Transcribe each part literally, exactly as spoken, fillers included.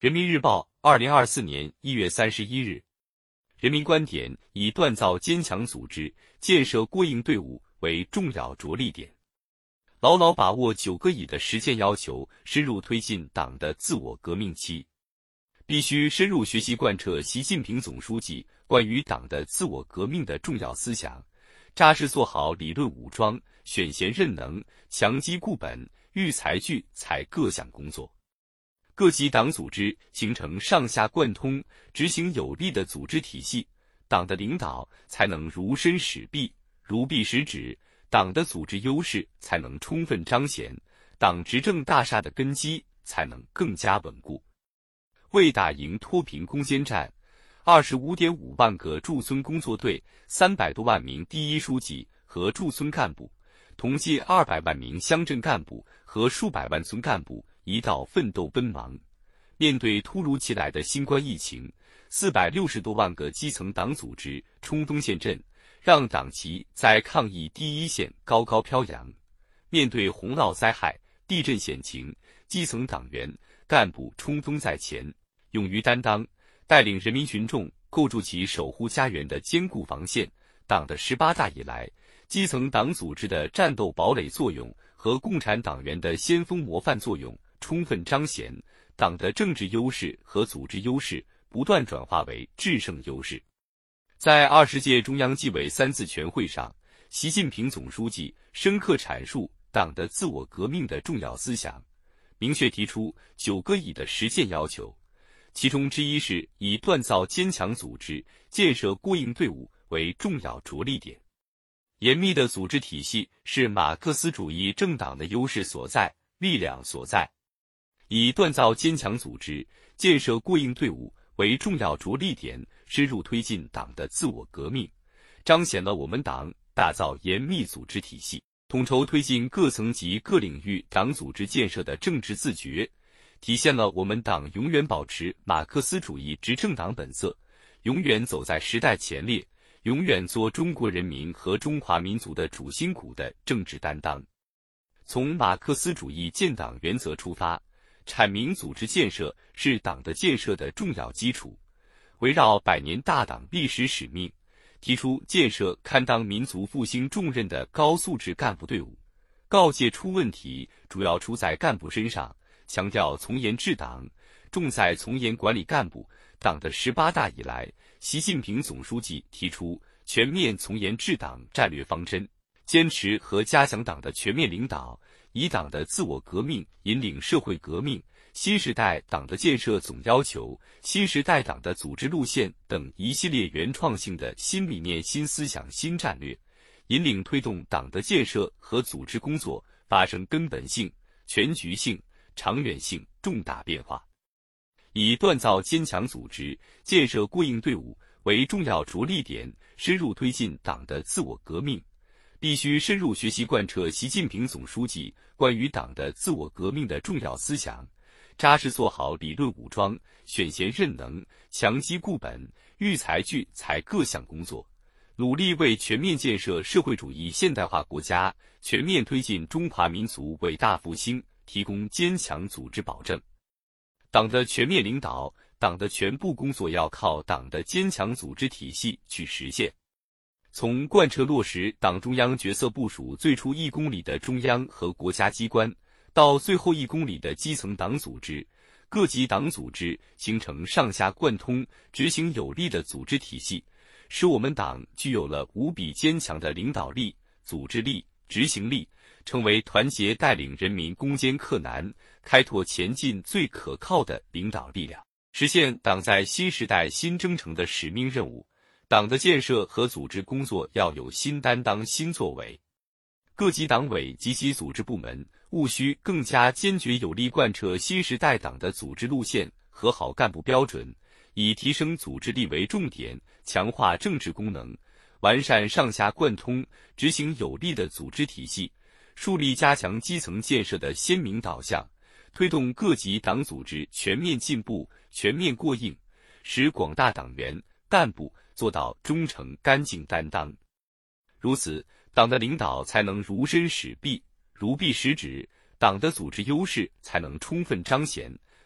人民日报，二零二四年一月三十一日。人民观点以锻造坚强组织、建设过硬队伍为重要着力点，牢牢把握九个以的实践要求，深入推进党的自我革命期。必须深入学习贯彻习近平总书记关于党的自我革命的重要思想，扎实做好理论武装、选贤任能、强基固本、育才聚才各项工作。各级党组织形成上下贯通、执行有力的组织体系，党的领导才能如身使臂、如臂使指，党的组织优势才能充分彰显，党执政大厦的根基才能更加稳固。为打赢脱贫攻坚战， 二十五点五万个驻村工作队、三百多万名第一书记和驻村干部，同近二百万名乡镇干部和数百万村干部一道奋斗奔忙。面对突如其来的新冠疫情，四百六十多万个基层党组织冲锋陷阵，让党旗在抗疫第一线高高飘扬。面对洪涝灾害、地震险情，基层党员干部冲锋在前，勇于担当，带领人民群众构筑起守护家园的坚固防线。党的十八大以来，基层党组织的战斗堡垒作用和共产党员的先锋模范作用充分彰显，党的政治优势和组织优势不断转化为制胜优势。在二十届中央纪委三次全会上，习近平总书记深刻阐述党的自我革命的重要思想，明确提出九个以的实践要求，其中之一是以锻造坚强组织、建设过硬队伍为重要着力点。严密的组织体系是马克思主义政党的优势所在、力量所在。以锻造坚强组织、建设过硬队伍为重要着力点，深入推进党的自我革命，彰显了我们党打造严密组织体系、统筹推进各层级各领域党组织建设的政治自觉，体现了我们党永远保持马克思主义执政党本色，永远走在时代前列，永远做中国人民和中华民族的主心骨的政治担当。从马克思主义建党原则出发，阐明组织建设是党的建设的重要基础，围绕百年大党历史使命，提出建设堪当民族复兴重任的高素质干部队伍，告诫出问题主要出在干部身上，强调从严治党，重在从严管理干部。党的十八大以来，习近平总书记提出全面从严治党战略方针，坚持和加强党的全面领导，以党的自我革命引领社会革命、新时代党的建设总要求、新时代党的组织路线等一系列原创性的新理念、新思想、新战略，引领推动党的建设和组织工作发生根本性、全局性、长远性重大变化。以锻造坚强组织、建设过硬队伍为重要着力点，深入推进党的自我革命，必须深入学习贯彻习近平总书记关于党的自我革命的重要思想，扎实做好理论武装、选贤任能、强基固本、育才聚才各项工作，努力为全面建设社会主义现代化国家、全面推进中华民族伟大复兴提供坚强组织保证。党的全面领导，党的全部工作要靠党的坚强组织体系去实现。从贯彻落实党中央决策部署最初一公里的中央和国家机关，到最后一公里的基层党组织，各级党组织形成上下贯通、执行有力的组织体系，使我们党具有了无比坚强的领导力、组织力、执行力，成为团结带领人民攻坚克难、开拓前进最可靠的领导力量，实现党在新时代新征程的使命任务。党的建设和组织工作要有新担当、新作为。各级党委及其组织部门务需更加坚决有力贯彻新时代党的组织路线和好干部标准，以提升组织力为重点，强化政治功能，完善上下贯通、执行有力的组织体系，树立加强基层建设的鲜明导向，推动各级党组织全面进步、全面过硬，使广大党员干部做到忠诚干净担当。如此，党的领导才能如身使臂、如臂使指，党的组织优势才能充分彰显，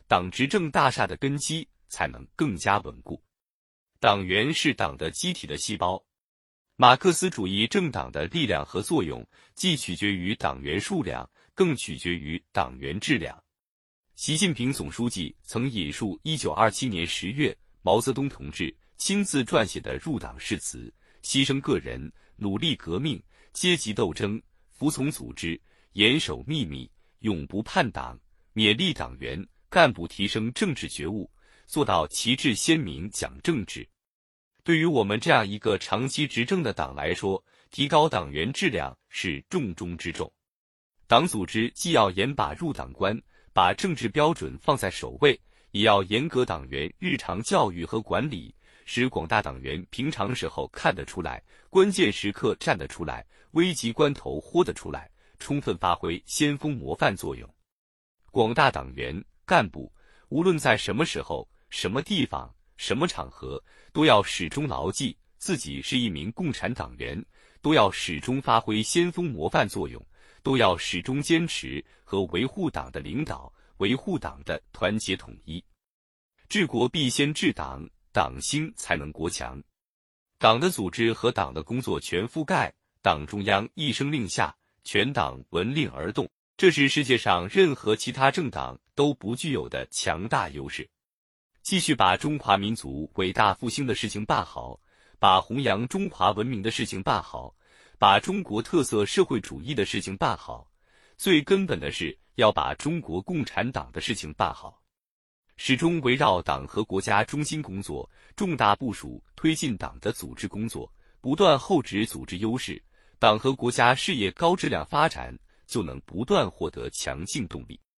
党执政大厦的根基才能更加稳固。党员是党的机体的细胞。马克思主义政党的力量和作用，既取决于党员数量，更取决于党员质量。习近平总书记曾引述一九二七年十月毛泽东同志亲自撰写的入党誓词：牺牲个人，努力革命，阶级斗争，服从组织，严守秘密，永不叛党，勉励党员干部提升政治觉悟，做到旗帜鲜明讲政治。对于我们这样一个长期执政的党来说，提高党员质量是重中之重。党组织既要严把入党关，把政治标准放在首位，也要严格党员日常教育和管理，使广大党员平常时候看得出来，关键时刻站得出来，危急关头豁得出来，充分发挥先锋模范作用。广大党员干部无论在什么时候、什么地方、什么场合，都要始终牢记自己是一名共产党员，都要始终发挥先锋模范作用，都要始终坚持和维护党的领导，维护党的团结统一。治国必先治党，党兴才能国强。党的组织和党的工作全覆盖，党中央一声令下，全党闻令而动，这是世界上任何其他政党都不具有的强大优势。继续把中华民族伟大复兴的事情办好，把弘扬中华文明的事情办好，把中国特色社会主义的事情办好，最根本的是要把中国共产党的事情办好。始终围绕党和国家中心工作，重大部署推进党的组织工作，不断厚植组织优势，党和国家事业高质量发展就能不断获得强劲动力。